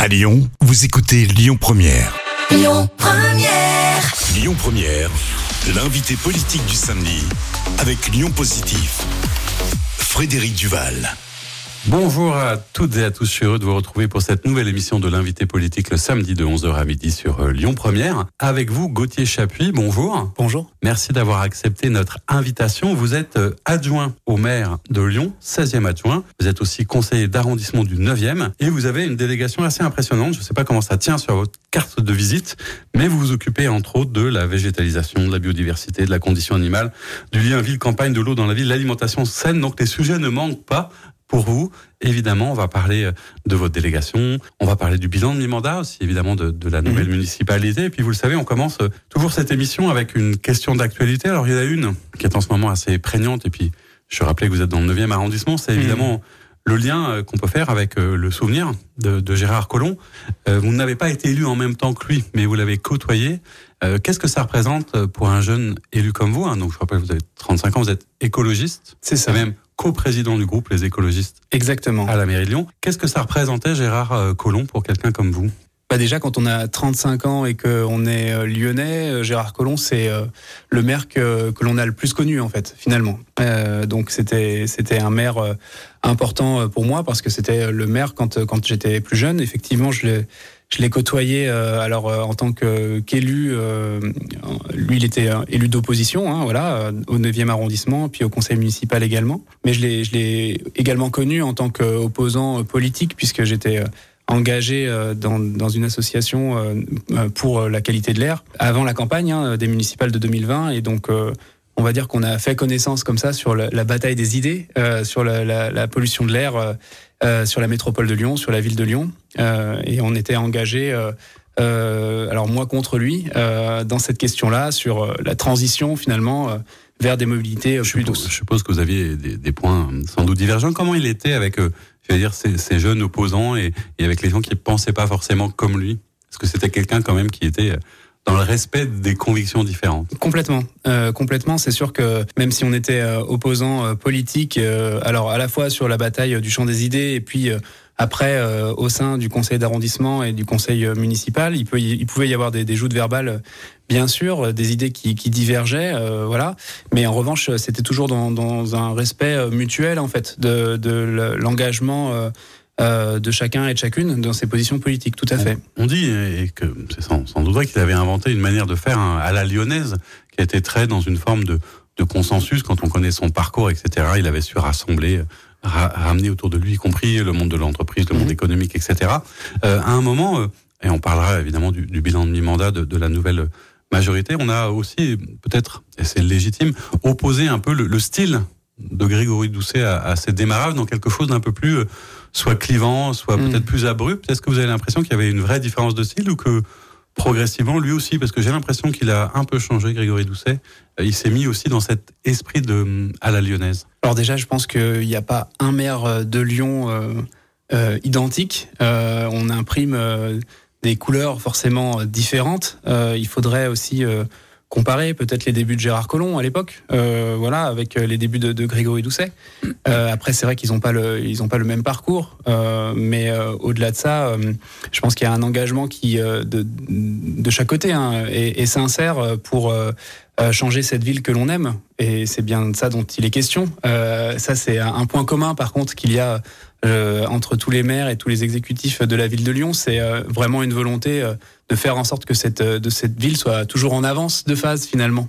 À Lyon, vous écoutez Lyon Première. Lyon Première. Lyon Première, l'invité politique du samedi avec Lyon Positif. Frédéric Duval. Bonjour à toutes et à tous, je suis heureux de vous retrouver pour cette nouvelle émission de l'invité politique le samedi de 11h à midi sur Lyon Première. Avec vous, Gauthier Chapuis, bonjour. Bonjour. Merci d'avoir accepté notre invitation. Vous êtes adjoint au maire de Lyon, 16e adjoint. Vous êtes aussi conseiller d'arrondissement du 9e et vous avez une délégation assez impressionnante. Je ne sais pas comment ça tient sur votre carte de visite, mais vous vous occupez entre autres de la végétalisation, de la biodiversité, de la condition animale, du lien ville-campagne, de l'eau dans la ville, l'alimentation saine. Donc les sujets ne manquent pas. Pour vous, évidemment, on va parler de votre délégation, on va parler du bilan de mi-mandat aussi, évidemment, de la nouvelle municipalité. Et puis, vous le savez, on commence toujours cette émission avec une question d'actualité. Alors, il y en a une qui est en ce moment assez prégnante. Et puis, je rappelais que vous êtes dans le 9e arrondissement. C'est évidemment le lien qu'on peut faire avec le souvenir de Gérard Collomb. Vous n'avez pas été élu en même temps que lui, mais vous l'avez côtoyé. Qu'est-ce que ça représente pour un jeune élu comme vous, hein? Donc, je rappelle, vous avez 35 ans, vous êtes écologiste. C'est ça. Même co-président du groupe Les Écologistes. Exactement. À la mairie de Lyon. Qu'est-ce que ça représentait, Gérard Collomb, pour quelqu'un comme vous? Déjà, quand on a 35 ans et qu'on est lyonnais, Gérard Collomb, c'est le maire que l'on a le plus connu, en fait, finalement. Donc, c'était un maire important pour moi, parce que c'était le maire quand j'étais plus jeune. Effectivement, je l'ai côtoyé en tant qu'élu. Lui, il était élu d'opposition, voilà, au 9e arrondissement, puis au conseil municipal également. Mais je l'ai également connu en tant qu'opposant politique, puisque j'étais engagé dans une association pour la qualité de l'air avant la campagne des municipales de 2020. Et donc, on va dire qu'on a fait connaissance comme ça sur la bataille des idées, sur la pollution de l'air, sur la métropole de Lyon, sur la ville de Lyon. Et on était engagé, alors moi contre lui, dans cette question-là, sur la transition finalement vers des mobilités plus douces. Je suppose que vous aviez des points sans doute divergents. Comment il était avec ces jeunes opposants et avec les gens qui ne pensaient pas forcément comme lui? Est-ce que c'était quelqu'un quand même qui était dans le respect des convictions différentes? Complètement. C'est sûr que même si on était opposants politiques, alors à la fois sur la bataille du champ des idées et puis après au sein du conseil d'arrondissement et du conseil municipal, il pouvait y avoir des joutes verbales, bien sûr, des idées qui divergeaient, voilà. Mais en revanche, c'était toujours dans un respect mutuel en fait de l'engagement de chacun et de chacune dans ses positions politiques, tout à fait. On dit, et que c'est sans doute vrai, qu'il avait inventé une manière de faire à la lyonnaise, qui était très dans une forme de consensus. Quand on connaît son parcours, etc., il avait su rassembler, ramener autour de lui, y compris le monde de l'entreprise, le monde économique, etc. À un moment, et on parlera évidemment du bilan de mi-mandat de la nouvelle majorité, on a aussi, peut-être, et c'est légitime, opposé un peu le style de Grégory Doucet à ses démarrages dans quelque chose d'un peu plus soit clivant, soit peut-être plus abrupt. Est-ce que vous avez l'impression qu'il y avait une vraie différence de style ou que progressivement, lui aussi, parce que j'ai l'impression qu'il a un peu changé, Grégory Doucet, il s'est mis aussi dans cet esprit à la lyonnaise? Alors déjà, je pense qu'il n'y a pas un maire de Lyon identique. On imprime des couleurs forcément différentes. Il faudrait aussi comparer peut-être les débuts de Gérard Collomb à l'époque, voilà, avec les débuts de Grégory Doucet. Après, c'est vrai qu'ils n'ont pas le même parcours, mais au-delà de ça, je pense qu'il y a un engagement qui de chaque côté est sincère pour changer cette ville que l'on aime, et c'est bien de ça dont il est question. Ça, c'est un point commun, par contre, qu'il y a entre tous les maires et tous les exécutifs de la ville de Lyon. C'est vraiment une volonté de faire en sorte que cette ville soit toujours en avance de phase, finalement,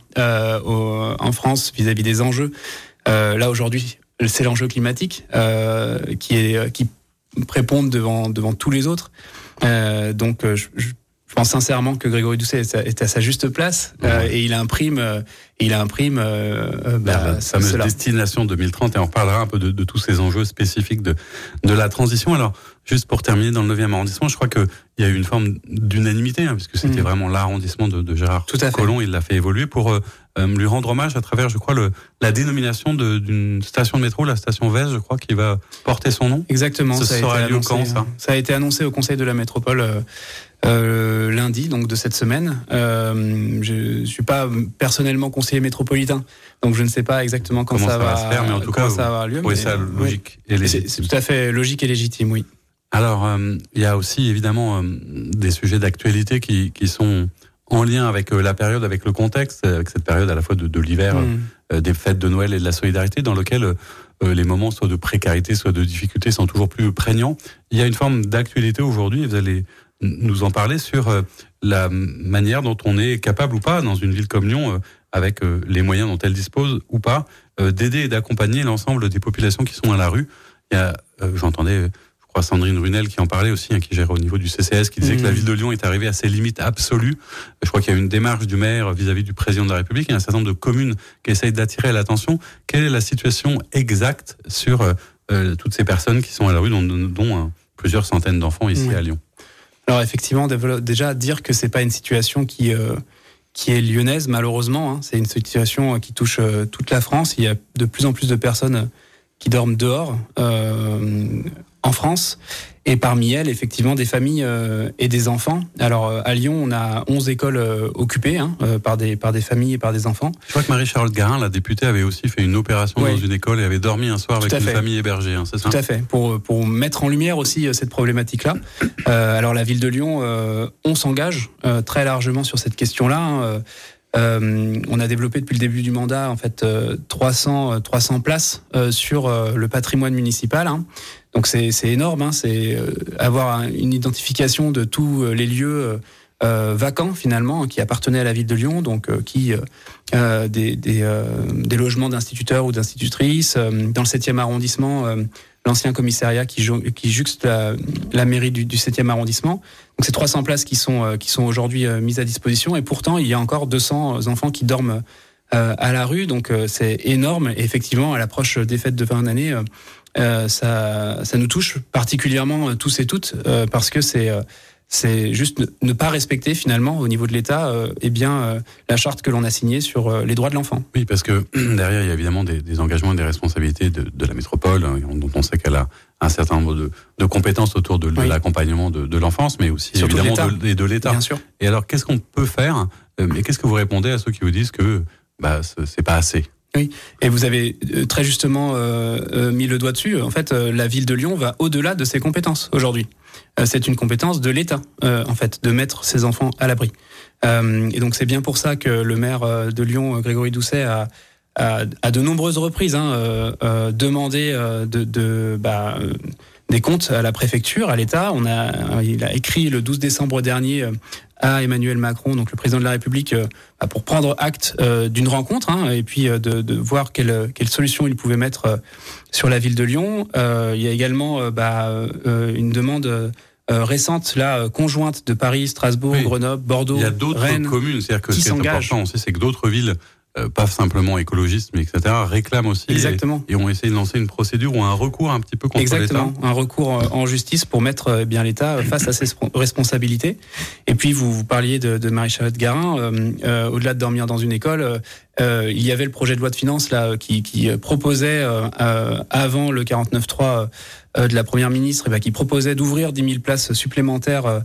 en France, vis-à-vis des enjeux. Là, aujourd'hui, c'est l'enjeu climatique qui préponde devant tous les autres. Donc, je pense sincèrement que Grégory Doucet est à sa juste place, et il imprime la fameuse destination 2030, et on reparlera un peu de tous ces enjeux spécifiques de la transition. Alors, juste pour terminer, dans le 9e arrondissement, je crois qu'il y a eu une forme d'unanimité, puisque c'était vraiment l'arrondissement de Gérard Collomb. Il l'a fait évoluer pour lui rendre hommage à travers, je crois, la dénomination d'une station de métro, la station Vez, je crois, qui va porter son nom. Exactement. Ça sera lieu quand, ça? Ça a été annoncé au Conseil de la Métropole lundi, donc de cette semaine. Je suis pas personnellement conseiller métropolitain, donc je ne sais pas exactement quand ça va se faire, mais en tout cas, ça va avoir lieu. Oui, ça logique et légitime. C'est tout à fait logique et légitime, oui. Alors, il y a aussi évidemment des sujets d'actualité qui sont en lien avec la période, avec le contexte, avec cette période à la fois de l'hiver, des fêtes de Noël et de la solidarité, dans lequel les moments soit de précarité, soit de difficulté sont toujours plus prégnants. Il y a une forme d'actualité aujourd'hui, et vous allez nous en parler, sur la manière dont on est capable ou pas, dans une ville comme Lyon, avec les moyens dont elle dispose ou pas, d'aider et d'accompagner l'ensemble des populations qui sont à la rue. Il y a, j'entendais, je crois, Sandrine Runel qui en parlait aussi, qui gère au niveau du CCS, qui disait que la ville de Lyon est arrivée à ses limites absolues. Je crois qu'il y a une démarche du maire vis-à-vis du président de la République. Il y a un certain nombre de communes qui essayent d'attirer l'attention. Quelle est la situation exacte sur toutes ces personnes qui sont à la rue, dont plusieurs centaines d'enfants ici à Lyon? Alors effectivement, déjà dire que c'est pas une situation qui est lyonnaise, malheureusement. C'est une situation qui touche toute la France. Il y a de plus en plus de personnes qui dorment dehors en France. Et parmi elles, effectivement, des familles et des enfants. Alors, à Lyon, on a 11 écoles occupées par des familles et par des enfants. Je crois que Marie-Charlotte Garin, la députée, avait aussi fait une opération dans une école et avait dormi un soir avec une famille hébergée, c'est ça? Tout à fait, pour mettre en lumière aussi cette problématique-là. Alors, la ville de Lyon, on s'engage très largement sur cette question-là. On a développé depuis le début du mandat en fait 300 places sur le patrimoine municipal. Donc c'est énorme. C'est avoir une identification de tous les lieux vacants finalement qui appartenaient à la ville de Lyon. Donc des logements d'instituteurs ou d'institutrices dans le 7e arrondissement. L'ancien commissariat qui juxte la mairie du 7e arrondissement. Donc c'est 300 places qui sont aujourd'hui mises à disposition, et pourtant il y a encore 200 enfants qui dorment à la rue, donc c'est énorme. Et effectivement, à l'approche des fêtes de fin d'année, ça nous touche particulièrement tous et toutes, parce que c'est juste ne pas respecter finalement au niveau de l'État la charte que l'on a signée sur les droits de l'enfant. Oui, parce que derrière il y a évidemment des engagements et des responsabilités de la métropole, dont on sait qu'elle a un certain nombre de compétences autour de l'accompagnement de l'enfance, mais aussi surtout évidemment de l'État. Bien sûr. Et alors qu'est-ce qu'on peut faire, et qu'est-ce que vous répondez à ceux qui vous disent que c'est pas assez? Oui, et vous avez très justement mis le doigt dessus. En fait, la ville de Lyon va au-delà de ses compétences aujourd'hui. C'est une compétence de l'État, en fait, de mettre ses enfants à l'abri. Et donc c'est bien pour ça que le maire de Lyon, Grégory Doucet, a de nombreuses reprises demandé des comptes à la préfecture, à l'État. Il a écrit le 12 décembre dernier à Emmanuel Macron, donc le président de la République, pour prendre acte d'une rencontre, et puis de voir quelle solution il pouvait mettre sur la ville de Lyon. Il y a également une demande récente, conjointe de Paris, Strasbourg, Grenoble, Bordeaux, Rennes. Il y a d'autres communes, c'est-à-dire que ce qui est important aussi, c'est que d'autres villes, pas simplement écologistes, mais etc., réclament aussi. Exactement. Et ont essayé de lancer une procédure ou un recours un petit peu contre l'État. Exactement, un recours en justice pour mettre l'État face à ses responsabilités. Et puis vous parliez de Marie-Charlotte Garin, au-delà de dormir dans une école, il y avait le projet de loi de finances qui proposait avant le 49.3 de la première ministre, qui proposait d'ouvrir 10 000 places supplémentaires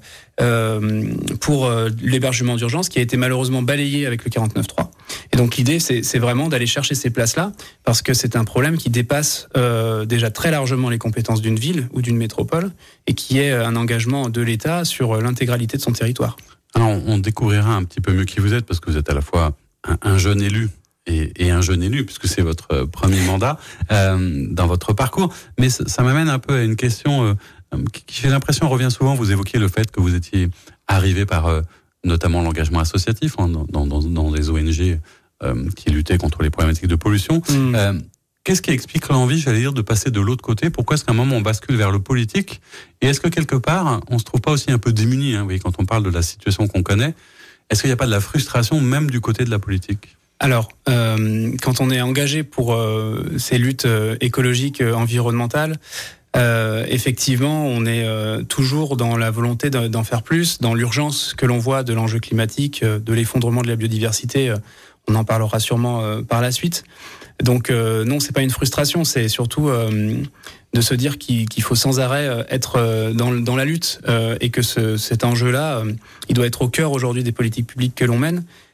pour l'hébergement d'urgence, qui a été malheureusement balayé avec le 49.3. Et donc l'idée, c'est vraiment d'aller chercher ces places-là, parce que c'est un problème qui dépasse déjà très largement les compétences d'une ville ou d'une métropole, et qui est un engagement de l'État sur l'intégralité de son territoire. Alors on découvrira un petit peu mieux qui vous êtes, parce que vous êtes à la fois un jeune élu et un jeune élu, puisque c'est votre premier mandat dans votre parcours. Mais ça m'amène un peu à une question qui, j'ai l'impression, revient souvent. Vous évoquiez le fait que vous étiez arrivé par notamment l'engagement associatif dans des ONG qui luttaient contre les problématiques de pollution. Qu'est-ce qui explique l'envie, de passer de l'autre côté? Pourquoi est-ce qu'à un moment on bascule vers le politique? Et est-ce que quelque part, on se trouve pas aussi un peu démuni, vous voyez, quand on parle de la situation qu'on connaît? Est-ce qu'il n'y a pas de la frustration même du côté de la politique? Alors, quand on est engagé pour ces luttes écologiques, environnementales, effectivement, on est toujours dans la volonté d'en faire plus, dans l'urgence que l'on voit de l'enjeu climatique, de l'effondrement de la biodiversité. On en parlera sûrement par la suite. Donc non, c'est pas une frustration, c'est surtout de se dire qu'il faut sans arrêt être dans la lutte et que cet enjeu-là, il doit être au cœur aujourd'hui des politiques publiques que l'on mène.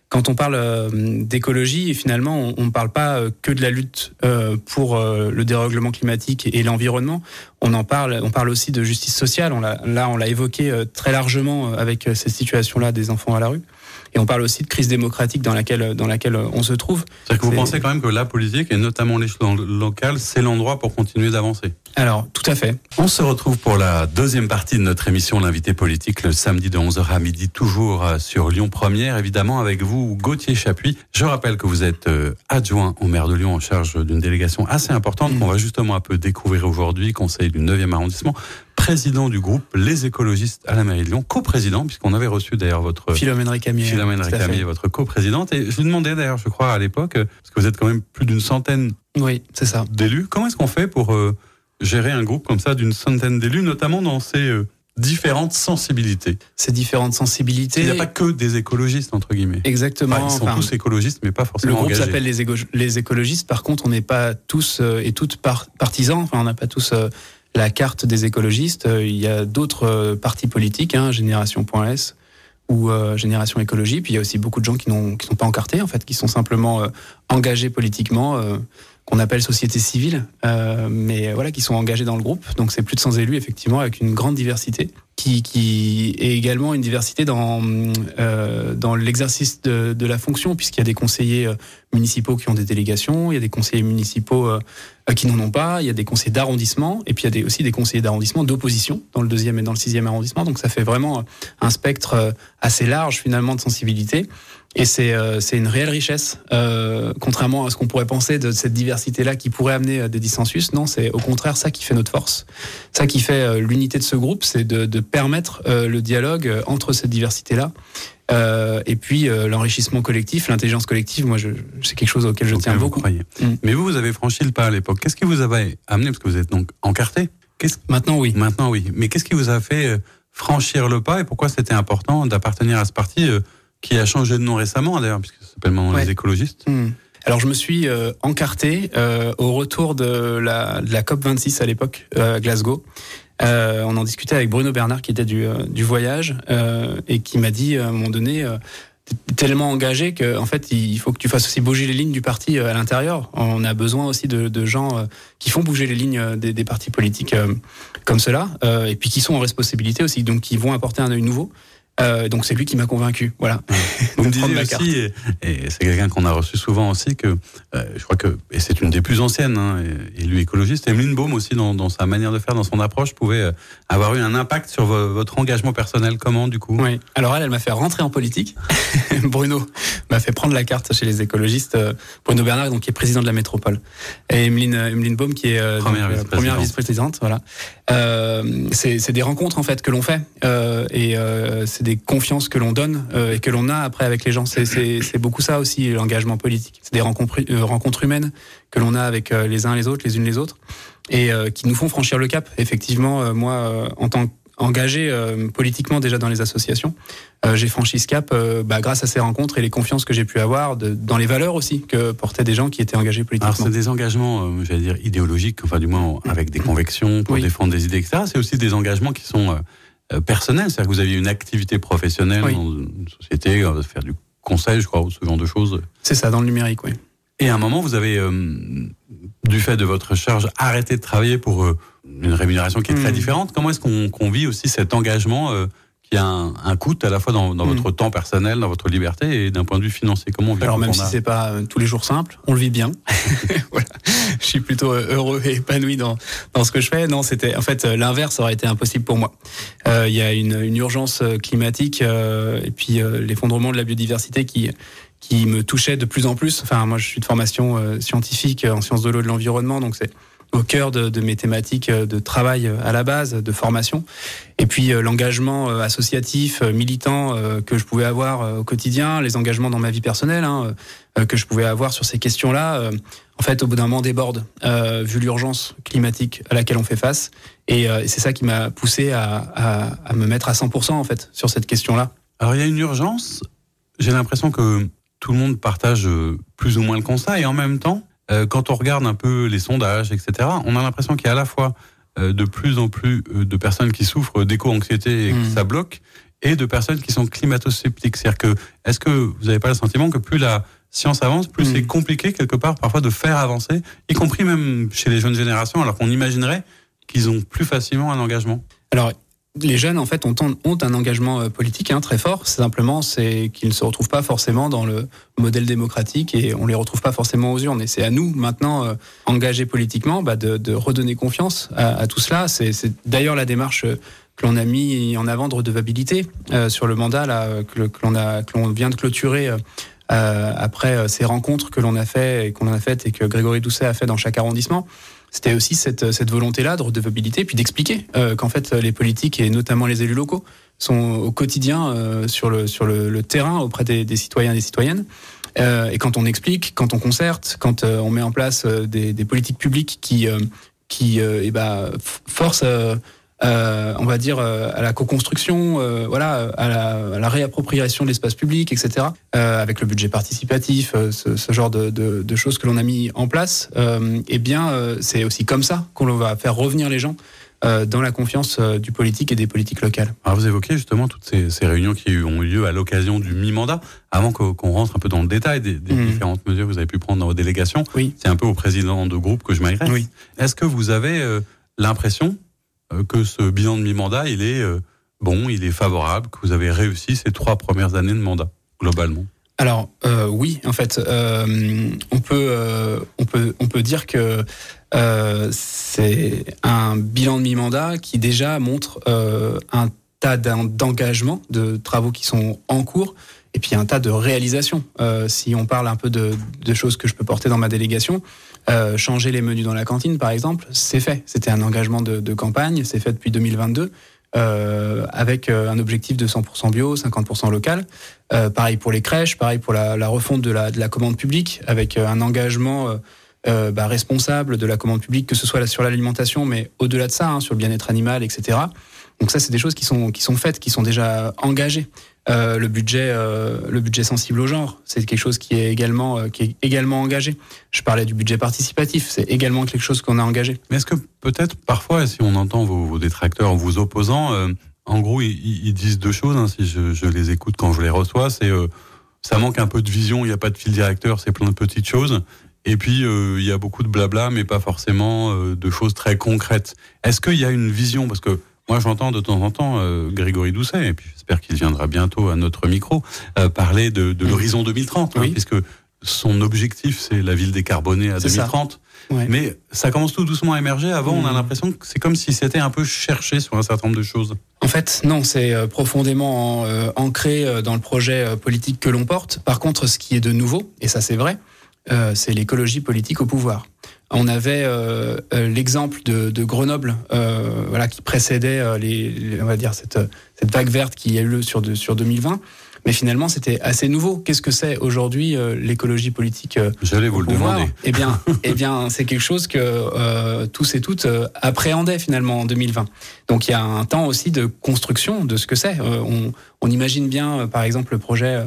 quand on parle d'écologie, finalement, on ne parle pas que de la lutte pour le dérèglement climatique et l'environnement. On parle aussi de justice sociale. On l'a évoqué très largement avec cette situation-là des enfants à la rue. Et on parle aussi de crise démocratique dans laquelle on se trouve. C'est-à-dire que vous pensez quand même que la politique, et notamment l'échelon local, c'est l'endroit pour continuer d'avancer? Alors, tout à fait. On se retrouve pour la deuxième partie de notre émission L'invité politique, le samedi de 11h à midi, toujours sur Lyon Première, évidemment avec vous, Gauthier Chapuis. Je rappelle que vous êtes adjoint au maire de Lyon en charge d'une délégation assez importante qu'on va justement un peu découvrir aujourd'hui, conseil du 9e arrondissement, président du groupe Les Écologistes à la mairie de Lyon, coprésident, puisqu'on avait reçu d'ailleurs votre... Philomène Récamier, votre coprésidente. Et je lui demandais d'ailleurs, je crois, à l'époque, parce que vous êtes quand même plus d'une centaine c'est ça. d'élus, comment est-ce qu'on fait pour gérer un groupe comme ça d'une centaine d'élus, notamment dans ces différentes sensibilités? Ces différentes sensibilités... Il n'y a pas que des écologistes, entre guillemets. Exactement. Ils sont tous écologistes, mais pas forcément engagés. Le groupe s'appelle les écologistes. Par contre, on n'est pas tous et toutes partisans. Enfin, on n'a pas tous... la carte des écologistes. Il y a d'autres partis politiques, Génération.s ou Génération Écologie. Puis il y a aussi beaucoup de gens qui sont pas encartés, en fait, qui sont simplement engagés politiquement, qu'on appelle société civile, mais voilà, qui sont engagés dans le groupe. Donc c'est plus de 100 élus, effectivement, avec une grande diversité, qui est également une diversité dans l'exercice de la fonction, puisqu'il y a des conseillers municipaux qui ont des délégations, il y a des conseillers municipaux qui n'en ont pas, il y a des conseillers d'arrondissement, et puis il y a aussi des conseillers d'arrondissement d'opposition dans le 2e et dans le 6e arrondissement. Donc ça fait vraiment un spectre assez large, finalement, de sensibilité. Et c'est une réelle richesse, contrairement à ce qu'on pourrait penser de cette diversité-là qui pourrait amener des dissensus. Non, c'est au contraire ça qui fait notre force, ça qui fait l'unité de ce groupe, c'est de permettre le dialogue entre cette diversité-là. Et puis l'enrichissement collectif, l'intelligence collective, moi c'est quelque chose auquel je tiens beaucoup. Mais vous avez franchi le pas à l'époque. Qu'est-ce qui vous avait amené, parce que vous êtes donc encarté? Maintenant oui. Mais qu'est-ce qui vous a fait franchir le pas, et pourquoi c'était important d'appartenir à ce parti qui a changé de nom récemment d'ailleurs, puisque ça s'appelle maintenant les écologistes? Alors je me suis encarté au retour de la COP26 à l'époque à Glasgow. On en discutait avec Bruno Bernard qui était du voyage et qui m'a dit à un moment donné, t'es tellement engagé que en fait il faut que tu fasses aussi bouger les lignes du parti à l'intérieur. On a besoin aussi de gens qui font bouger les lignes des partis politiques comme cela, et puis qui sont en responsabilité aussi, donc qui vont apporter un œil nouveau. Donc c'est lui qui m'a convaincu, voilà. Vous me disiez aussi, et c'est quelqu'un qu'on a reçu souvent aussi, que je crois que, et c'est une des plus anciennes, élue écologiste, Emeline Baume aussi, dans sa manière de faire, dans son approche, pouvait avoir eu un impact sur votre engagement personnel. Comment, du coup? Oui, alors elle m'a fait rentrer en politique. Bruno m'a fait prendre la carte chez les écologistes. Bruno Bernard, donc, qui est président de la métropole. Et Emeline Baume, qui est première vice-présidente, voilà. C'est des rencontres, en fait, que l'on fait, et c'est des confiances que l'on donne et que l'on a après avec les gens. C'est beaucoup ça aussi, l'engagement politique. C'est des rencontres humaines que l'on a avec les uns les autres, les unes les autres, et qui nous font franchir le cap. Effectivement, moi, en tant qu'engagé politiquement déjà dans les associations, j'ai franchi ce cap grâce à ces rencontres et les confiances que j'ai pu avoir dans les valeurs aussi que portaient des gens qui étaient engagés politiquement. Alors c'est des engagements, j'allais dire, idéologiques, enfin du moins avec des convictions pour défendre des idées, etc. C'est aussi des engagements qui sont personnels, c'est-à-dire que vous aviez une activité professionnelle dans une société, faire du conseil, je crois, ou ce genre de choses. C'est ça, dans le numérique, oui. Et à un moment, vous avez, du fait de votre charge, arrêté de travailler pour une rémunération qui est très différente. Comment est-ce qu'on vit aussi cet engagement qui a un coût à la fois dans votre temps personnel, dans votre liberté et d'un point de vue financier? Comment on vit? Alors même si c'est pas tous les jours simple, on le vit bien. Voilà. Je suis plutôt heureux et épanoui dans ce que je fais. Non, c'était en fait l'inverse aurait été impossible pour moi. Il y a une urgence climatique et puis l'effondrement de la biodiversité qui me touchait de plus en plus. Enfin, moi, je suis de formation scientifique en sciences de l'eau et de l'environnement, donc c'est au cœur de mes thématiques de travail à la base, de formation. Et puis l'engagement associatif, militant que je pouvais avoir au quotidien, les engagements dans ma vie personnelle que je pouvais avoir sur ces questions-là, en fait, au bout d'un moment déborde, vu l'urgence climatique à laquelle on fait face. Et c'est ça qui m'a poussé à me mettre à 100% en fait sur cette question-là. Alors il y a une urgence. J'ai l'impression que tout le monde partage plus ou moins le constat, et en même temps, quand on regarde un peu les sondages, etc., on a l'impression qu'il y a à la fois de plus en plus de personnes qui souffrent d'éco-anxiété et que ça bloque, et de personnes qui sont climato-sceptiques. C'est-à-dire que, est-ce que vous n'avez pas le sentiment que plus la science avance, plus c'est compliqué quelque part parfois de faire avancer, y compris même chez les jeunes générations, alors qu'on imaginerait qu'ils ont plus facilement un engagement? Alors, les jeunes, en fait, ont un engagement politique très fort. Simplement, c'est qu'ils ne se retrouvent pas forcément dans le modèle démocratique et on les retrouve pas forcément aux urnes. Et c'est à nous, maintenant, engagés politiquement, de redonner confiance à tout cela. C'est d'ailleurs la démarche que l'on a mis en avant de redevabilité sur le mandat là, que l'on vient de clôturer après ces rencontres que l'on a faites et que Grégory Doucet a fait dans chaque arrondissement. C'était aussi cette volonté-là de redevabilité, puis d'expliquer qu'en fait les politiques et notamment les élus locaux sont au quotidien sur le terrain auprès des citoyens et des citoyennes. Et quand on explique, quand on concerte, quand on met en place des politiques publiques qui forcent on va dire à la co-construction, à la réappropriation de l'espace public, etc. Avec le budget participatif, ce genre de choses que l'on a mis en place. C'est aussi comme ça qu'on va faire revenir les gens dans la confiance du politique et des politiques locales. Alors vous évoquez justement toutes ces réunions qui ont eu lieu à l'occasion du mi-mandat. Avant qu'on rentre un peu dans le détail des différentes mesures que vous avez pu prendre dans vos délégations, c'est un peu au président de groupe que je m'adresse. Oui. Est-ce que vous avez l'impression que ce bilan de mi-mandat, il est favorable, que vous avez réussi ces 3 premières années de mandat, globalement? Alors, oui, en fait, on peut dire que c'est un bilan de mi-mandat qui déjà montre un tas d'engagements, de travaux qui sont en cours, et puis un tas de réalisations. Si on parle un peu de choses que je peux porter dans ma délégation, changer les menus dans la cantine, par exemple, c'est fait. C'était un engagement de campagne, c'est fait depuis 2022, avec un objectif de 100% bio, 50% local. Pareil pour les crèches, pareil pour la refonte de la commande publique, avec un engagement responsable de la commande publique, que ce soit sur l'alimentation, mais au-delà de ça, sur le bien-être animal, etc. Donc ça, c'est des choses qui sont faites, qui sont déjà engagées. Le budget sensible au genre, c'est quelque chose qui est également engagé. Je parlais du budget participatif, c'est également quelque chose qu'on a engagé. Mais est-ce que peut-être parfois, si on entend vos détracteurs, vos opposants, en gros, ils disent 2 choses, si je les écoute quand je les reçois, c'est ça manque un peu de vision, il n'y a pas de fil directeur, c'est plein de petites choses. Et puis, il y a beaucoup de blabla, mais pas forcément de choses très concrètes. Est-ce qu'il y a une vision? Parce que moi, j'entends de temps en temps Grégory Doucet, et puis j'espère qu'il viendra bientôt à notre micro, parler de l'horizon 2030, puisque son objectif, c'est la ville décarbonée à 2030. Ouais. Mais ça commence tout doucement à émerger. Avant, on a l'impression que c'est comme si c'était un peu cherché sur un certain nombre de choses. En fait, non, c'est profondément ancré dans le projet politique que l'on porte. Par contre, ce qui est de nouveau, et ça c'est vrai, c'est l'écologie politique au pouvoir. On avait l'exemple de Grenoble, qui précédait on va dire cette vague verte qui a eu lieu sur 2020. Mais finalement, c'était assez nouveau. Qu'est-ce que c'est aujourd'hui l'écologie politique J'allais vous le demander. Eh bien, c'est quelque chose que tous et toutes appréhendaient finalement en 2020. Donc, il y a un temps aussi de construction de ce que c'est. On imagine bien, par exemple, le projet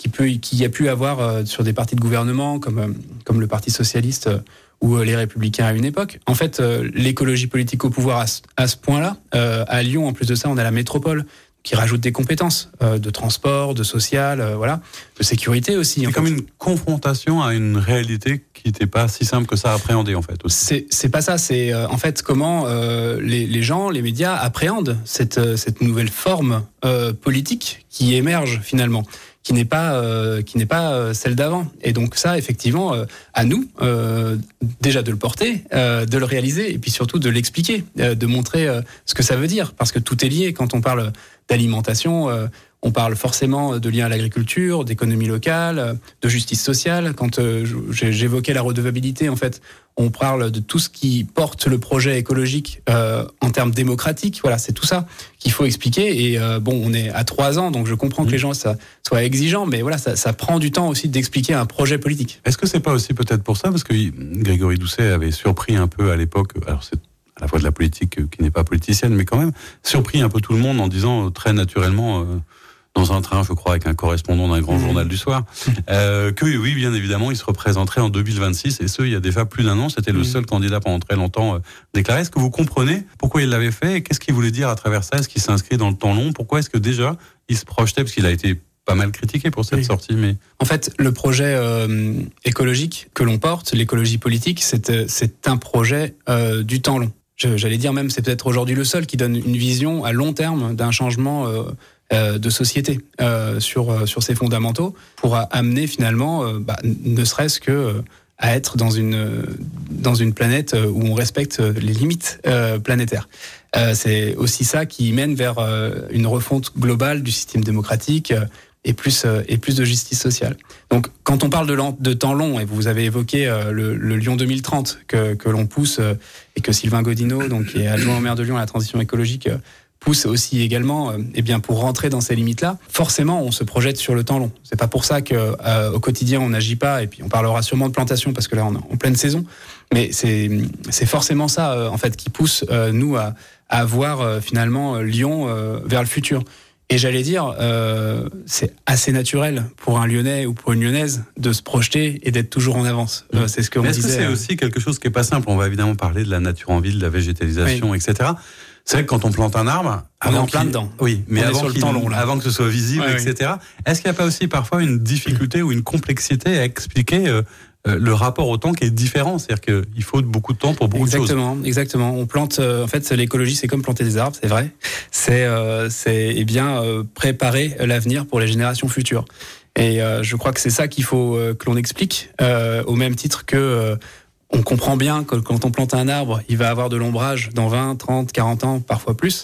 qui a pu avoir sur des partis de gouvernement comme le Parti socialiste ou les Républicains à une époque. En fait, l'écologie politique au pouvoir à ce point-là, à Lyon, en plus de ça, on a la métropole qui rajoute des compétences de transport, de social, de sécurité aussi. C'est comme une confrontation à une réalité qui n'était pas si simple que ça à appréhender en fait. Aussi. C'est pas ça, c'est en fait comment les gens, les médias appréhendent cette nouvelle forme politique qui émerge finalement, qui n'est pas celle d'avant. Et donc ça, effectivement, à nous déjà de le porter, de le réaliser, et puis surtout de l'expliquer, de montrer ce que ça veut dire, parce que tout est lié. Quand on parle d'alimentation, on parle forcément de lien à l'agriculture, d'économie locale, de justice sociale. Quand j'évoquais la redevabilité, en fait, on parle de tout ce qui porte le projet écologique en termes démocratiques. Voilà, c'est tout ça qu'il faut expliquer. Et on est à 3 ans, donc je comprends que les gens soient exigeants, mais voilà, ça prend du temps aussi d'expliquer un projet politique. Est-ce que c'est pas aussi peut-être pour ça, parce que Grégory Doucet avait surpris un peu à l'époque, alors c'est à la fois de la politique qui n'est pas politicienne, mais quand même surpris un peu tout le monde en disant très naturellement... dans un train, je crois, avec un correspondant d'un grand journal du soir, que oui, bien évidemment, il se représenterait en 2026, et ce, il y a déjà plus d'un an. C'était le seul candidat pendant très longtemps déclaré. Est-ce que vous comprenez pourquoi il l'avait fait et qu'est-ce qu'il voulait dire à travers ça? Est-ce qu'il s'inscrit dans le temps long? Pourquoi est-ce que déjà il se projetait, parce qu'il a été pas mal critiqué pour cette sortie, mais en fait, le projet écologique que l'on porte, l'écologie politique, c'est un projet du temps long. J'allais dire même, c'est peut-être aujourd'hui le seul qui donne une vision à long terme d'un changement de société sur ses fondamentaux pour amener finalement, ne serait-ce que à être dans une planète où on respecte les limites planétaires. C'est aussi ça qui mène vers une refonte globale du système démocratique et plus de justice sociale. Donc, quand on parle de temps long, et vous avez évoqué le Lyon 2030 que l'on pousse et que Sylvain Godineau, donc qui est adjoint au maire de Lyon à la transition écologique, pousse aussi également, pour rentrer dans ces limites-là, forcément, on se projette sur le temps long. C'est pas pour ça que au quotidien on n'agit pas. Et puis on parlera sûrement de plantation parce que là on est en pleine saison. Mais c'est forcément ça en fait qui pousse nous à voir finalement Lyon vers le futur. Et j'allais dire, c'est assez naturel pour un Lyonnais ou pour une Lyonnaise de se projeter et d'être toujours en avance. C'est ce qu'on disait. Est-ce que c'est aussi quelque chose qui est pas simple? On va évidemment parler de la nature en ville, de la végétalisation, etc. C'est vrai que quand on plante un arbre, on est en plein dedans. Oui, mais avant que ce soit visible, etc. Est-ce qu'il n'y a pas aussi parfois une difficulté ou une complexité à expliquer le rapport au temps qui est différent? C'est-à-dire qu'il faut beaucoup de temps pour beaucoup de choses. Exactement. On plante. En fait, l'écologie, c'est comme planter des arbres, c'est vrai. C'est préparer l'avenir pour les générations futures. Et je crois que c'est ça qu'il faut que l'on explique, au même titre que on comprend bien que quand on plante un arbre, il va avoir de l'ombrage dans 20, 30, 40 ans, parfois plus.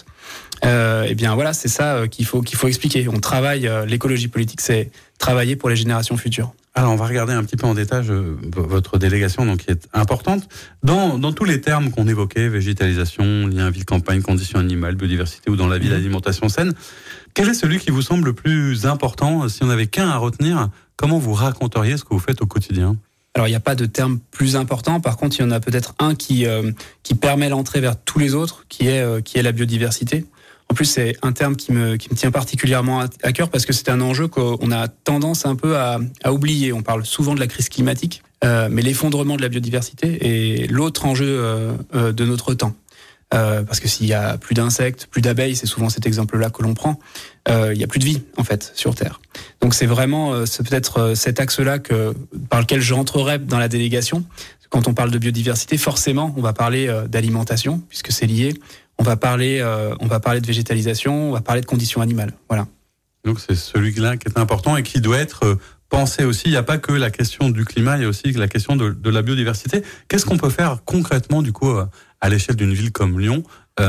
C'est ça qu'il faut expliquer. On travaille, l'écologie politique, c'est travailler pour les générations futures. Alors, on va regarder un petit peu en détail votre délégation, donc qui est importante. Dans tous les termes qu'on évoquait, végétalisation, lien ville-campagne, conditions animales, biodiversité ou dans la ville, alimentation saine, quel est celui qui vous semble le plus important? Si on n'avait qu'un à retenir, comment vous raconteriez ce que vous faites au quotidien? Alors, il n'y a pas de terme plus important. Par contre, il y en a peut-être un qui permet l'entrée vers tous les autres, qui est la biodiversité. En plus, c'est un terme qui me tient particulièrement à cœur parce que c'est un enjeu qu'on a tendance un peu à oublier. On parle souvent de la crise climatique, mais l'effondrement de la biodiversité est l'autre enjeu de notre temps. Parce que s'il y a plus d'insectes, plus d'abeilles, c'est souvent cet exemple-là que l'on prend, il y a plus de vie, en fait, sur Terre. Donc c'est vraiment, c'est peut-être cet axe-là par lequel je rentrerai dans la délégation. Quand on parle de biodiversité, forcément, on va parler d'alimentation, puisque c'est lié. On va parler de végétalisation, on va parler de conditions animales. Voilà. Donc c'est celui-là qui est important et qui doit être pensé aussi. Il n'y a pas que la question du climat, il y a aussi la question de la biodiversité. Qu'est-ce qu'on peut faire concrètement, du coup, à l'échelle d'une ville comme Lyon,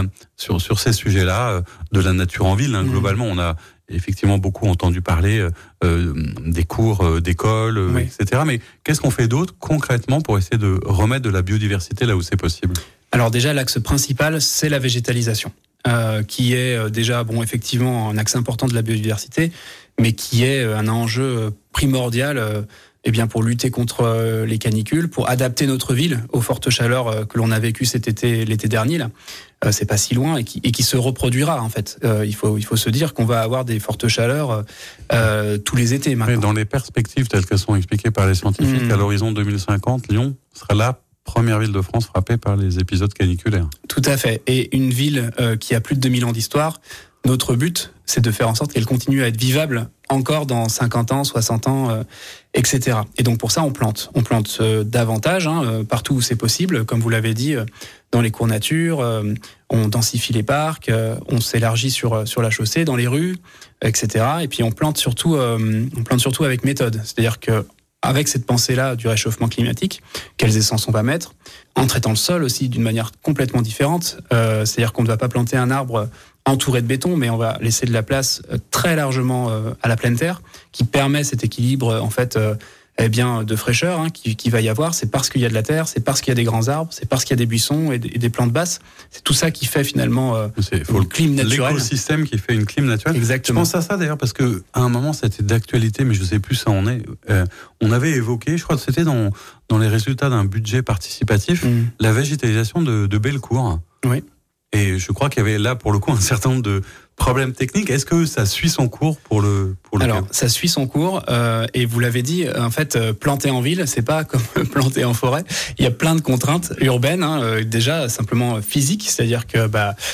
sur ces sujets-là, de la nature en ville, globalement, on a effectivement beaucoup entendu parler des cours d'école, etc. Mais qu'est-ce qu'on fait d'autre concrètement pour essayer de remettre de la biodiversité là où c'est possible? Alors déjà, l'axe principal, c'est la végétalisation, qui est déjà, effectivement, un axe important de la biodiversité, mais qui est un enjeu primordial pour lutter contre les canicules, pour adapter notre ville aux fortes chaleurs que l'on a vécues l'été dernier. Là. C'est pas si loin et qui se reproduira en fait. Il faut se dire qu'on va avoir des fortes chaleurs tous les étés maintenant. Mais dans les perspectives telles qu'elles sont expliquées par les scientifiques, à l'horizon 2050, Lyon sera la première ville de France frappée par les épisodes caniculaires. Tout à fait. Et une ville qui a plus de 2000 ans d'histoire, notre but, c'est de faire en sorte qu'elle continue à être vivable encore dans 50 ans, 60 ans, etc. Et donc pour ça, on plante. On plante davantage, partout où c'est possible, comme vous l'avez dit, dans les cours nature, on densifie les parcs, on s'élargit sur la chaussée, dans les rues, etc. Et puis on plante surtout avec méthode. C'est-à-dire que avec cette pensée-là du réchauffement climatique, quelles essences on va mettre, en traitant le sol aussi d'une manière complètement différente. C'est-à-dire qu'on ne va pas planter un arbre entouré de béton, mais on va laisser de la place très largement à la pleine terre, qui permet cet équilibre en fait de fraîcheur qui va y avoir. C'est parce qu'il y a de la terre, c'est parce qu'il y a des grands arbres, c'est parce qu'il y a des buissons et des plantes basses. C'est tout ça qui fait finalement une clim naturelle. L'écosystème qui fait une clim naturelle. Exactement. Je pense à ça d'ailleurs parce que à un moment c'était d'actualité, mais je sais plus ça en est. On avait évoqué, je crois que c'était dans les résultats d'un budget participatif, la végétalisation de Bellecour. Oui. Et je crois qu'il y avait là, pour le coup, un certain nombre de problèmes techniques. Est-ce que ça suit son cours pour le Alors, ça suit son cours, et vous l'avez dit, en fait, planter en ville, c'est pas comme planter en forêt. Il y a plein de contraintes urbaines, déjà simplement physiques, c'est-à-dire que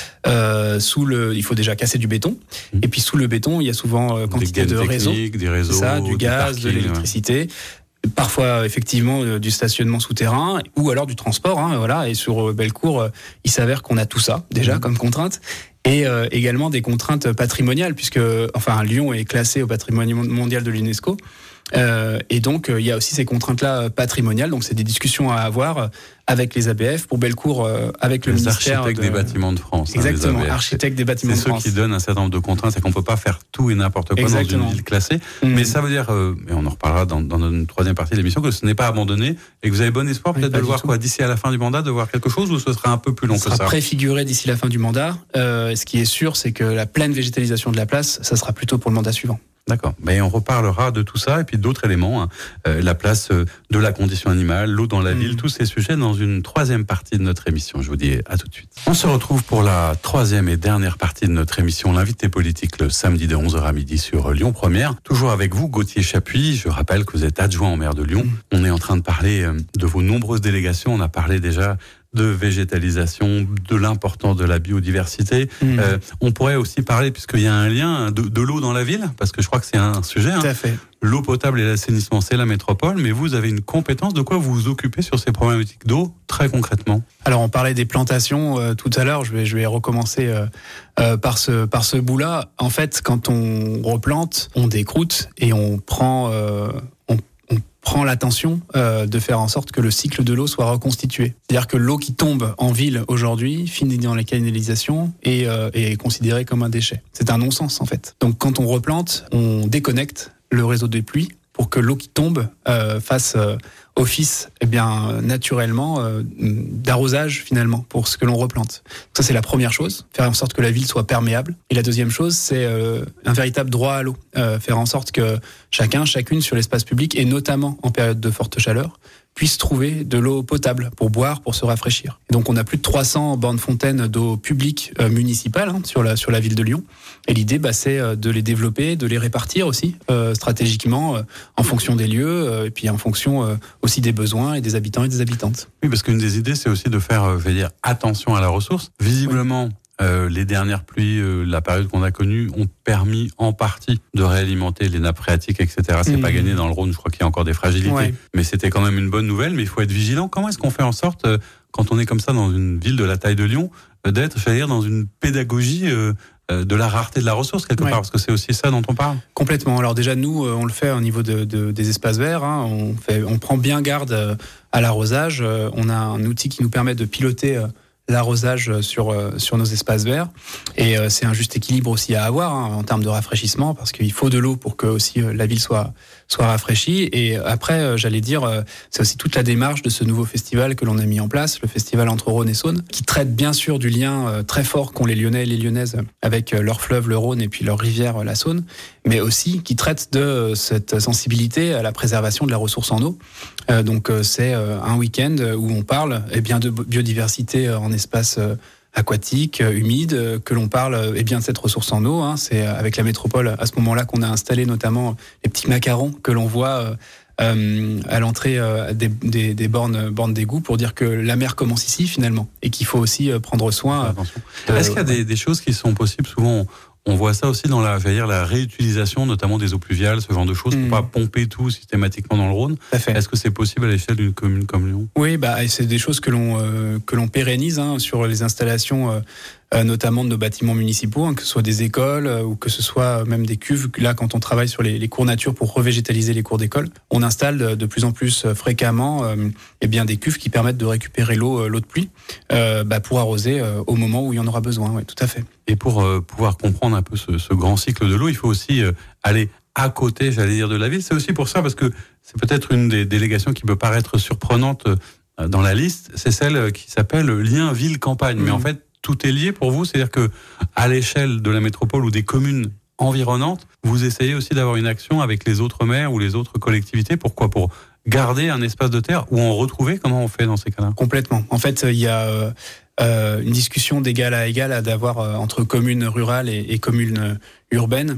il faut déjà casser du béton, et puis sous le béton, il y a souvent quantité de réseaux, des réseaux, ça, du gaz, parking, de l'électricité. Parfois effectivement du stationnement souterrain ou alors du transport, voilà. Et sur Bellecour, il s'avère qu'on a tout ça déjà comme contrainte, et également des contraintes patrimoniales, puisque Lyon est classé au patrimoine mondial de l'UNESCO. Et donc il y a aussi ces contraintes-là patrimoniales. Donc c'est des discussions à avoir avec les ABF pour Bellecour, avec le ministère architectes des bâtiments de France. Exactement, les ABF. Architectes des bâtiments de France. C'est ceux qui donnent un certain nombre de contraintes, c'est qu'on peut pas faire tout et n'importe quoi dans une ville classée. Mais ça veut dire, et on en reparlera dans une troisième partie de l'émission, que ce n'est pas abandonné et que vous avez bon espoir peut-être de le voir d'ici à la fin du mandat, de voir quelque chose, ou ce sera un peu plus long que ça? Ça sera préfiguré d'ici la fin du mandat. Ce qui est sûr, c'est que la pleine végétalisation de la place, ça sera plutôt pour le mandat suivant. D'accord. Mais on reparlera de tout ça et puis d'autres éléments, la place de la condition animale, l'eau dans la ville, tous ces sujets dans une troisième partie de notre émission. Je vous dis à tout de suite. On se retrouve pour la troisième et dernière partie de notre émission, l'invité politique, le samedi de 11h à midi sur Lyon Première. Toujours avec vous, Gauthier Chapuis. Je rappelle que vous êtes adjoint au maire de Lyon. On est en train de parler de vos nombreuses délégations. On a parlé déjà de végétalisation, de l'importance de la biodiversité. On pourrait aussi parler, puisqu'il y a un lien, de l'eau dans la ville, parce que je crois que c'est un sujet. Tout à fait. L'eau potable et l'assainissement, c'est la métropole, mais vous avez une compétence. De quoi vous vous occupez sur ces problématiques d'eau, très concrètement? Alors, on parlait des plantations tout à l'heure. Je vais recommencer par ce bout-là. En fait, quand on replante, on décroute et on prend l'attention de faire en sorte que le cycle de l'eau soit reconstitué. C'est-à-dire que l'eau qui tombe en ville aujourd'hui finit dans les canalisations et est considérée comme un déchet. C'est un non-sens en fait. Donc quand on replante, on déconnecte le réseau des pluies pour que l'eau qui tombe fasse office naturellement d'arrosage finalement pour ce que l'on replante. Ça c'est la première chose, faire en sorte que la ville soit perméable. Et la deuxième chose, c'est un véritable droit à l'eau, faire en sorte que chacune sur l'espace public, et notamment en période de forte chaleur, puisse trouver de l'eau potable pour boire, pour se rafraîchir. Et donc on a plus de 300 bornes fontaines d'eau publique municipale sur la ville de Lyon. Et l'idée, c'est de les développer, de les répartir aussi stratégiquement en fonction des lieux et puis en fonction aussi des besoins et des habitants et des habitantes. Oui, parce qu'une des idées, c'est aussi de faire, attention à la ressource. Visiblement, les dernières pluies, la période qu'on a connue, ont permis en partie de réalimenter les nappes phréatiques, etc. C'est pas gagné dans le Rhône, je crois qu'il y a encore des fragilités, mais c'était quand même une bonne nouvelle. Mais il faut être vigilant. Comment est-ce qu'on fait en sorte, quand on est comme ça dans une ville de la taille de Lyon, d'être, dans une pédagogie de la rareté de la ressource quelque part, parce que c'est aussi ça dont on parle. Complètement. Alors déjà nous, on le fait au niveau des espaces verts. On prend bien garde à l'arrosage. On a un outil qui nous permet de piloter l'arrosage sur nos espaces verts, et c'est un juste équilibre aussi à avoir en termes de rafraîchissement, parce qu'il faut de l'eau pour que aussi la ville soit rafraîchie. Et après, c'est aussi toute la démarche de ce nouveau festival que l'on a mis en place, le festival Entre Rhône et Saône, qui traite bien sûr du lien très fort qu'ont les Lyonnais et les Lyonnaises avec leur fleuve, le Rhône, et puis leur rivière, la Saône, mais aussi qui traite de cette sensibilité à la préservation de la ressource en eau. Donc c'est un week-end où on parle de biodiversité en espace aquatique, humide, que l'on parle de cette ressource en eau. C'est avec la métropole à ce moment-là qu'on a installé notamment les petits macarons que l'on voit à l'entrée des bornes d'égout, pour dire que la mer commence ici finalement, et qu'il faut aussi prendre soin. Est-ce qu'il y a des choses qui sont possibles? Souvent on voit ça aussi dans la réutilisation, notamment des eaux pluviales, ce genre de choses, pour pas pomper tout systématiquement dans le Rhône. Est-ce que c'est possible à l'échelle d'une commune comme Lyon? Oui, c'est des choses que l'on pérennise sur les installations, notamment de nos bâtiments municipaux, que ce soit des écoles ou que ce soit même des cuves. Là, quand on travaille sur les cours nature pour revégétaliser les cours d'école, on installe de plus en plus fréquemment des cuves qui permettent de récupérer l'eau de pluie pour arroser au moment où il y en aura besoin. Oui, tout à fait. Et pour pouvoir comprendre un peu ce grand cycle de l'eau, il faut aussi aller à côté, de la ville. C'est aussi pour ça, parce que c'est peut-être une des délégations qui peut paraître surprenante dans la liste, c'est celle qui s'appelle lien ville-campagne. Mais en fait, tout est lié pour vous, c'est-à-dire que à l'échelle de la métropole ou des communes environnantes, vous essayez aussi d'avoir une action avec les autres maires ou les autres collectivités. Pourquoi? Pour garder un espace de terre ou en retrouver? Comment on fait dans ces cas-là? Complètement. En fait, il y a une discussion d'égal à égal à d'avoir entre communes rurales et communes urbaines.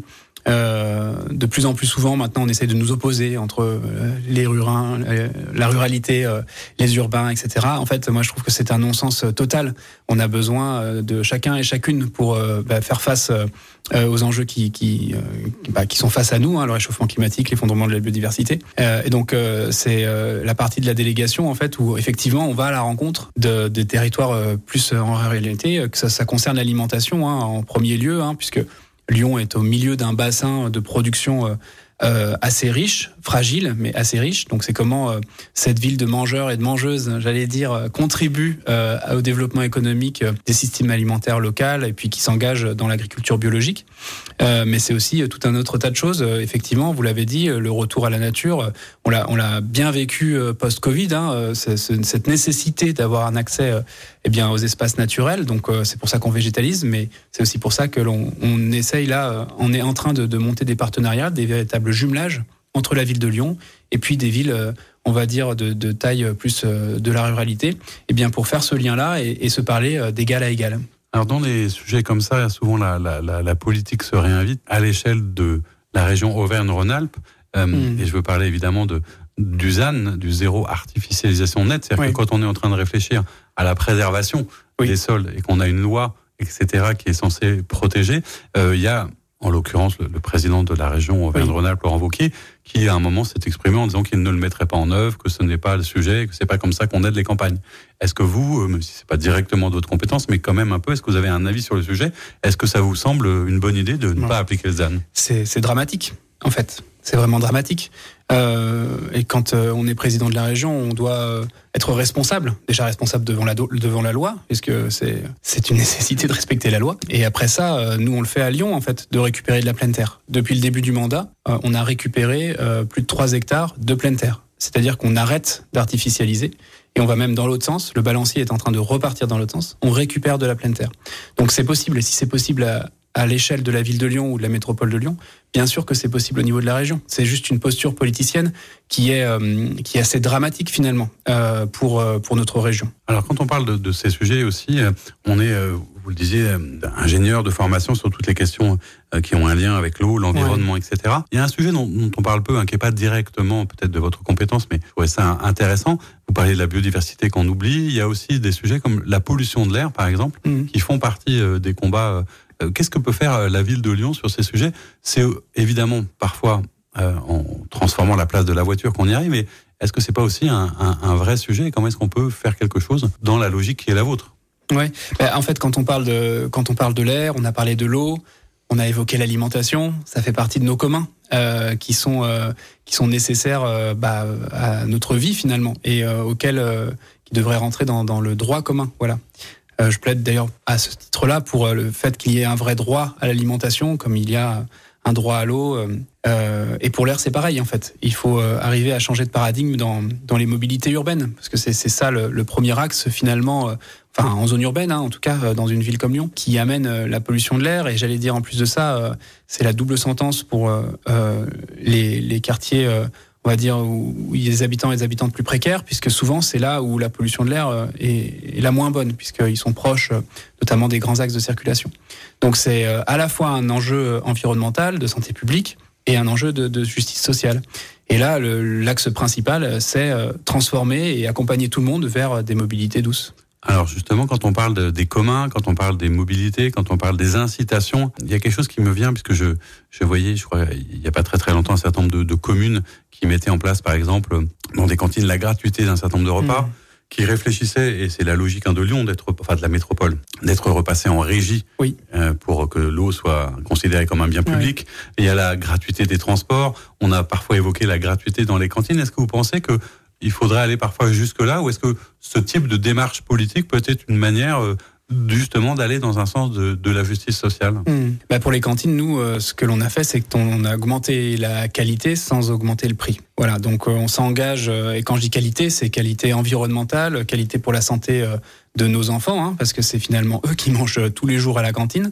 De plus en plus souvent, maintenant, on essaie de nous opposer entre les rurins, la ruralité, les urbains, etc. En fait, moi, je trouve que c'est un non-sens total. On a besoin de chacun et chacune pour faire face aux enjeux qui sont face à nous, le réchauffement climatique, l'effondrement de la biodiversité. Et donc, c'est la partie de la délégation, en fait, où effectivement, on va à la rencontre des territoires plus en réalité, que ça concerne l'alimentation en premier lieu, puisque Lyon est au milieu d'un bassin de production assez riche, fragile, mais assez riche. Donc c'est comment cette ville de mangeurs et de mangeuses, j'allais dire, contribue au développement économique des systèmes alimentaires locaux et puis qui s'engage dans l'agriculture biologique. Mais c'est aussi tout un autre tas de choses. Effectivement, vous l'avez dit, le retour à la nature, on l'a bien vécu post-Covid, cette nécessité d'avoir un accès aux espaces naturels. Donc c'est pour ça qu'on végétalise, mais c'est aussi pour ça que on essaye là, on est en train de monter des partenariats, des véritables jumelages entre la ville de Lyon et puis des villes, on va dire, de taille plus de la ruralité, pour faire ce lien-là et se parler d'égal à égal. Alors dans des sujets comme ça, souvent la politique se réinvite à l'échelle de la région Auvergne-Rhône-Alpes. Et je veux parler évidemment du ZAN, du zéro artificialisation nette. C'est-à-dire que quand on est en train de réfléchir à la préservation des sols et qu'on a une loi, etc., qui est censée protéger, il y a en l'occurrence le président de la région Auvergne-Rhône-Alpes, Laurent Wauquiez, qui à un moment s'est exprimé en disant qu'il ne le mettrait pas en œuvre, que ce n'est pas le sujet, que c'est pas comme ça qu'on aide les campagnes. Est-ce que vous, même si c'est pas directement de votre compétence, mais quand même un peu, est-ce que vous avez un avis sur le sujet? Est-ce que ça vous semble une bonne idée de ne pas appliquer le ZAN? C'est dramatique, en fait. C'est vraiment dramatique. Et quand on est président de la région, on doit être responsable. Déjà responsable devant la loi, puisque c'est une nécessité de respecter la loi. Et après ça, nous on le fait à Lyon, en fait, de récupérer de la pleine terre. Depuis le début du mandat, on a récupéré plus de 3 hectares de pleine terre. C'est-à-dire qu'on arrête d'artificialiser et on va même dans l'autre sens. Le balancier est en train de repartir dans l'autre sens. On récupère de la pleine terre. Donc c'est possible. Et si c'est possible à l'échelle de la ville de Lyon ou de la métropole de Lyon, bien sûr que c'est possible au niveau de la région. C'est juste une posture politicienne qui est assez dramatique finalement pour notre région. Alors quand on parle de ces sujets aussi, on est, vous le disiez, ingénieur de formation sur toutes les questions qui ont un lien avec l'eau, l'environnement, etc. Il y a un sujet dont on parle peu, qui n'est pas directement peut-être de votre compétence, mais je trouvais ça intéressant. Vous parlez de la biodiversité qu'on oublie. Il y a aussi des sujets comme la pollution de l'air, par exemple, qui font partie des combats. Qu'est-ce que peut faire la ville de Lyon sur ces sujets? C'est évidemment parfois en transformant la place de la voiture qu'on y arrive, mais est-ce que c'est pas aussi un vrai sujet? Comment est-ce qu'on peut faire quelque chose dans la logique qui est la vôtre? Ouais. En fait, quand on parle de l'air, on a parlé de l'eau, on a évoqué l'alimentation. Ça fait partie de nos communs qui sont nécessaires à notre vie finalement et qui devraient rentrer dans le droit commun. Voilà. Je plaide d'ailleurs à ce titre-là pour le fait qu'il y ait un vrai droit à l'alimentation, comme il y a un droit à l'eau. Et pour l'air, c'est pareil en fait. Il faut arriver à changer de paradigme dans les mobilités urbaines, parce que c'est ça le premier axe finalement, en zone urbaine, en tout cas dans une ville comme Lyon, qui amène la pollution de l'air. Et j'allais dire en plus de ça, c'est la double sentence pour les quartiers. On va dire où il y a des habitants et des habitantes plus précaires, puisque souvent c'est là où la pollution de l'air est la moins bonne, puisqu'ils sont proches notamment des grands axes de circulation. Donc c'est à la fois un enjeu environnemental, de santé publique, et un enjeu de justice sociale. Et là, l'axe principal, c'est transformer et accompagner tout le monde vers des mobilités douces. Alors justement, quand on parle des communs, quand on parle des mobilités, quand on parle des incitations, il y a quelque chose qui me vient, puisque je voyais, je crois, il n'y a pas très très longtemps, un certain nombre de communes qui mettaient en place, par exemple, dans des cantines, la gratuité d'un certain nombre de repas, qui réfléchissaient, et c'est la logique de Lyon, de la métropole, d'être repassé en régie, pour que l'eau soit considérée comme un bien public. Il y a la gratuité des transports, on a parfois évoqué la gratuité dans les cantines. Est-ce que vous pensez que il faudrait aller parfois jusque-là, ou est-ce que ce type de démarche politique peut être une manière justement d'aller dans un sens de la justice sociale? Pour les cantines, nous, ce que l'on a fait, c'est qu'on a augmenté la qualité sans augmenter le prix. Voilà, donc on s'engage, et quand je dis qualité, c'est qualité environnementale, qualité pour la santé de nos enfants, hein, parce que c'est finalement eux qui mangent tous les jours à la cantine.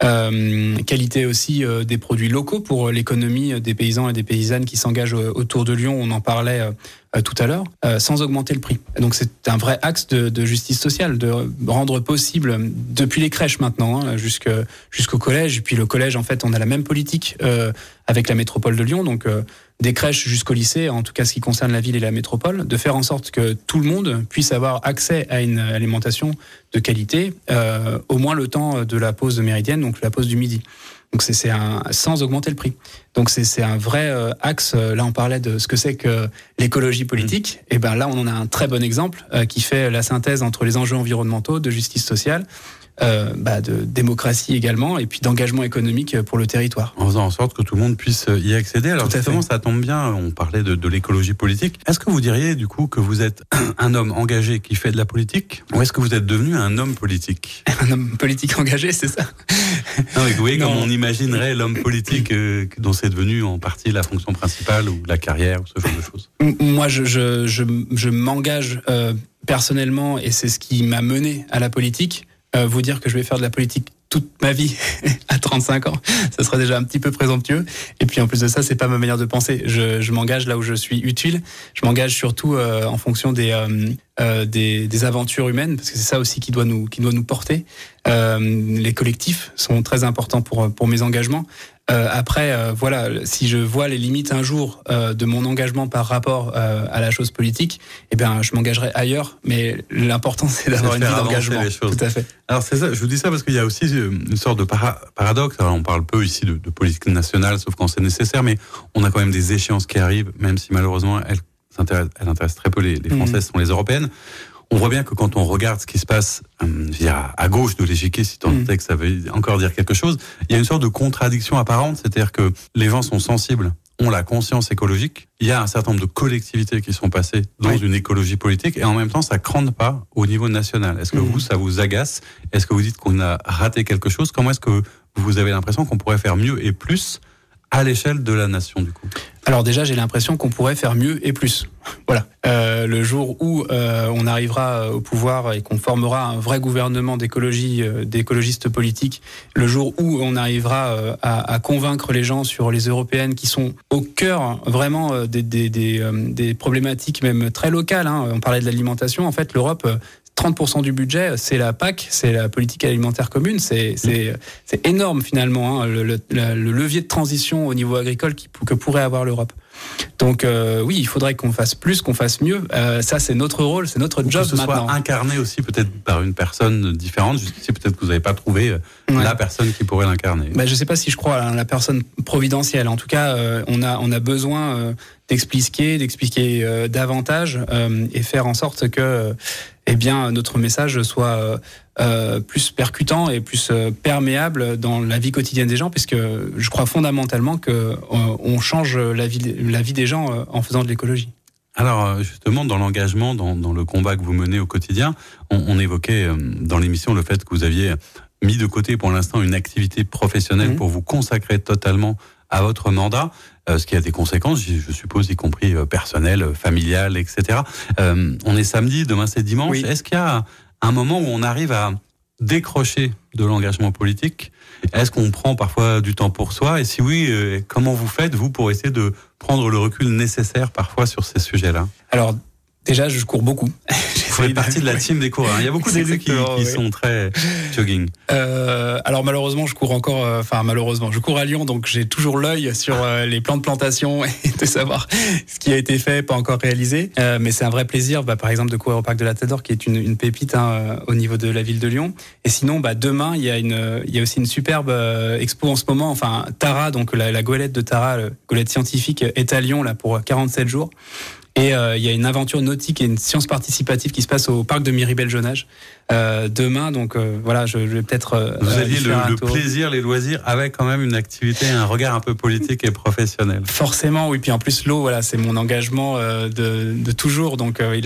Qualité aussi des produits locaux pour l'économie des paysans et des paysannes qui s'engagent autour de Lyon, on en parlait tout à l'heure, sans augmenter le prix. Donc c'est un vrai axe de justice sociale, de rendre possible, depuis les crèches maintenant, hein, jusqu'au collège, et puis le collège, en fait, on a la même politique avec la métropole de Lyon, donc des crèches jusqu'au lycée, en tout cas ce qui concerne la ville et la métropole, de faire en sorte que tout le monde puisse avoir accès à une alimentation de qualité, au moins le temps de la pause méridienne, donc la pause du midi. Donc c'est sans augmenter le prix. Donc c'est un vrai axe. Là, on parlait de ce que c'est que l'écologie politique. Et ben là, on en a un très bon exemple qui fait la synthèse entre les enjeux environnementaux, de justice sociale, de démocratie également, et puis d'engagement économique pour le territoire. En faisant en sorte que tout le monde puisse y accéder. Alors justement, ça tombe bien, on parlait de l'écologie politique. Est-ce que vous diriez du coup que vous êtes un homme engagé qui fait de la politique, ou est-ce que vous êtes devenu un homme politique? Un homme politique engagé, c'est ça? Non, mais vous voyez, comme on imaginerait l'homme politique dont c'est devenu en partie la fonction principale, ou la carrière, ou ce genre de choses. Moi, je m'engage personnellement, et c'est ce qui m'a mené à la politique. Vous dire que je vais faire de la politique toute ma vie à 35 ans, ça serait déjà un petit peu présomptueux. Et puis en plus de ça, c'est pas ma manière de penser. Je m'engage là où je suis utile. Je m'engage surtout en fonction des aventures humaines, parce que c'est ça aussi qui doit nous porter. Les collectifs sont très importants pour mes engagements. Après, voilà, si je vois les limites un jour de mon engagement par rapport à la chose politique, eh bien, je m'engagerai ailleurs. Mais l'important, c'est d'avoir une vie d'engagement. Tout à fait. Alors c'est ça. Je vous dis ça parce qu'il y a aussi une sorte de paradoxe. Alors, on parle peu ici de politique nationale, sauf quand c'est nécessaire, mais on a quand même des échéances qui arrivent, même si malheureusement elles intéressent très peu les Françaises, sont les européennes. On voit bien que quand on regarde ce qui se passe à gauche de l'échiquier, si tant est que ça veut encore dire quelque chose, il y a une sorte de contradiction apparente, c'est-à-dire que les gens sont sensibles, ont la conscience écologique, il y a un certain nombre de collectivités qui sont passées dans une écologie politique, et en même temps ça crante pas au niveau national. Est-ce que ça vous agace? Est-ce que vous dites qu'on a raté quelque chose? Comment est-ce que vous avez l'impression qu'on pourrait faire mieux et plus à l'échelle de la nation, du coup? Alors déjà, j'ai l'impression qu'on pourrait faire mieux et plus. Voilà. Le jour où on arrivera au pouvoir et qu'on formera un vrai gouvernement d'écologistes politiques, le jour où on arrivera à convaincre les gens sur les européennes qui sont au cœur vraiment des problématiques même très locales, hein. On parlait de l'alimentation. En fait, l'Europe, 30% du budget, c'est la PAC, c'est la politique alimentaire commune. C'est énorme finalement, hein, le levier de transition au niveau agricole que pourrait avoir l'Europe. Donc oui, il faudrait qu'on fasse plus, qu'on fasse mieux. Ça, c'est notre rôle, c'est notre job maintenant. Que ce soit incarné aussi peut-être par une personne différente. Jusqu'ici, peut-être que vous n'avez pas trouvé la personne qui pourrait l'incarner. Je ne sais pas si je crois à la personne providentielle. En tout cas, on a besoin d'expliquer davantage et faire en sorte que notre message soit plus percutant et plus perméable dans la vie quotidienne des gens, puisque je crois fondamentalement qu'on change la vie des gens en faisant de l'écologie. Alors justement, dans l'engagement, dans le combat que vous menez au quotidien, on évoquait dans l'émission le fait que vous aviez mis de côté pour l'instant une activité professionnelle pour vous consacrer totalement à votre mandat, ce qui a des conséquences, je suppose, y compris personnelles, familiales, etc. On est samedi, demain c'est dimanche. Oui. Est-ce qu'il y a un moment où on arrive à décrocher de l'engagement politique? Est-ce qu'on prend parfois du temps pour soi? Et si oui, comment vous faites, vous, pour essayer de prendre le recul nécessaire parfois sur ces sujets-là? Alors, déjà, je cours beaucoup. Vous faites partie de la team des coureurs. Il y a beaucoup d'élus qui sont très jogging. Alors malheureusement, je cours encore. Je cours à Lyon, donc j'ai toujours l'œil sur les plans de plantation et de savoir ce qui a été fait, pas encore réalisé. Mais c'est un vrai plaisir, par exemple, de courir au parc de la Tête d'Or, qui est une pépite au niveau de la ville de Lyon. Et sinon, demain, il y a aussi une superbe expo en ce moment. Enfin, Tara, donc la goélette de Tara, la goélette scientifique, est à Lyon là pour 47 jours. Et il y a une aventure nautique et une science participative qui se passe au parc de Miribel-Jonage demain. Donc voilà, je vais peut-être. Vous aviez le plaisir, les loisirs, avec quand même une activité, un regard un peu politique et professionnel. Forcément, oui. Puis en plus, l'eau, voilà, c'est mon engagement de toujours. Donc il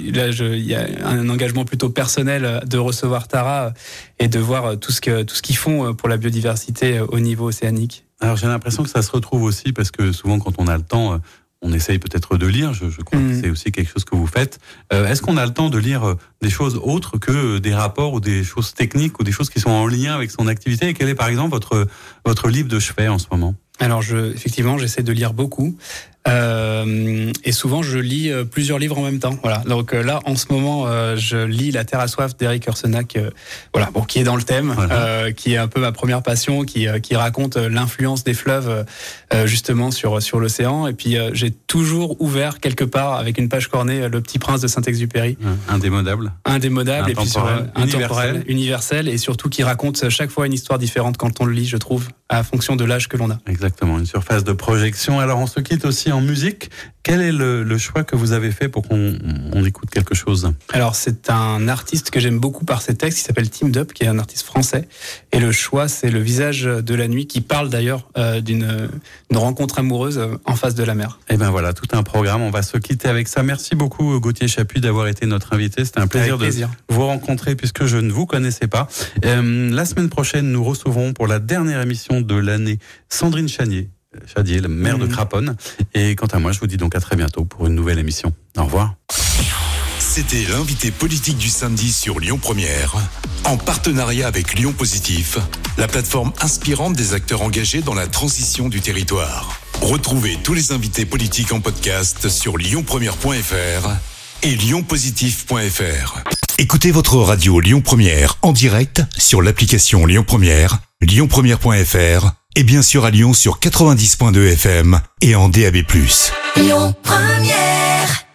y a un engagement plutôt personnel de recevoir Tara et de voir tout ce qu'ils font pour la biodiversité au niveau océanique. Alors j'ai l'impression que ça se retrouve aussi parce que souvent quand on a le temps, on essaye peut-être de lire. Je crois que c'est aussi quelque chose que vous faites. Est-ce qu'on a le temps de lire des choses autres que des rapports ou des choses techniques ou des choses qui sont en lien avec son activité? Et quel est par exemple votre livre de chevet en ce moment? Alors effectivement, j'essaie de lire beaucoup. Et souvent je lis plusieurs livres en même temps. Voilà. Donc là, en ce moment, je lis La Terre à soif d'Eric Hersenack, voilà, bon, qui est dans le thème, voilà. Qui est un peu ma première passion, qui raconte l'influence des fleuves justement sur l'océan. Et puis j'ai toujours ouvert quelque part avec une page cornée Le Petit Prince de Saint-Exupéry. Indémodable, et puis sur intemporel, universel, et surtout qui raconte chaque fois une histoire différente quand on le lit, je trouve, à fonction de l'âge que l'on a. Exactement, une surface de projection. Alors on se quitte aussi en musique. Quel est le choix que vous avez fait pour qu'on écoute quelque chose? Alors c'est un artiste que j'aime beaucoup par ses textes, il s'appelle Teamed Up, qui est un artiste français. Et le choix, c'est Le Visage de la nuit, qui parle d'ailleurs d'une rencontre amoureuse en face de la mer. Et ben voilà, tout un programme. On va se quitter avec ça. Merci beaucoup Gauthier Chaput d'avoir été notre invité. C'était un plaisir de vous rencontrer puisque je ne vous connaissais pas. La semaine prochaine, nous recevrons pour la dernière émission de l'année Sandrine Chadier, la maire de Craponne. Et quant à moi, je vous dis donc à très bientôt pour une nouvelle émission. Au revoir. C'était l'invité politique du samedi sur Lyon Première, en partenariat avec Lyon Positif, la plateforme inspirante des acteurs engagés dans la transition du territoire. Retrouvez tous les invités politiques en podcast sur lyonpremière.fr et lyonpositif.fr. Écoutez votre radio Lyon Première en direct sur l'application Lyon Première, lyonpremière.fr et bien sûr à Lyon sur 90.2 FM et en DAB+. Lyon Première.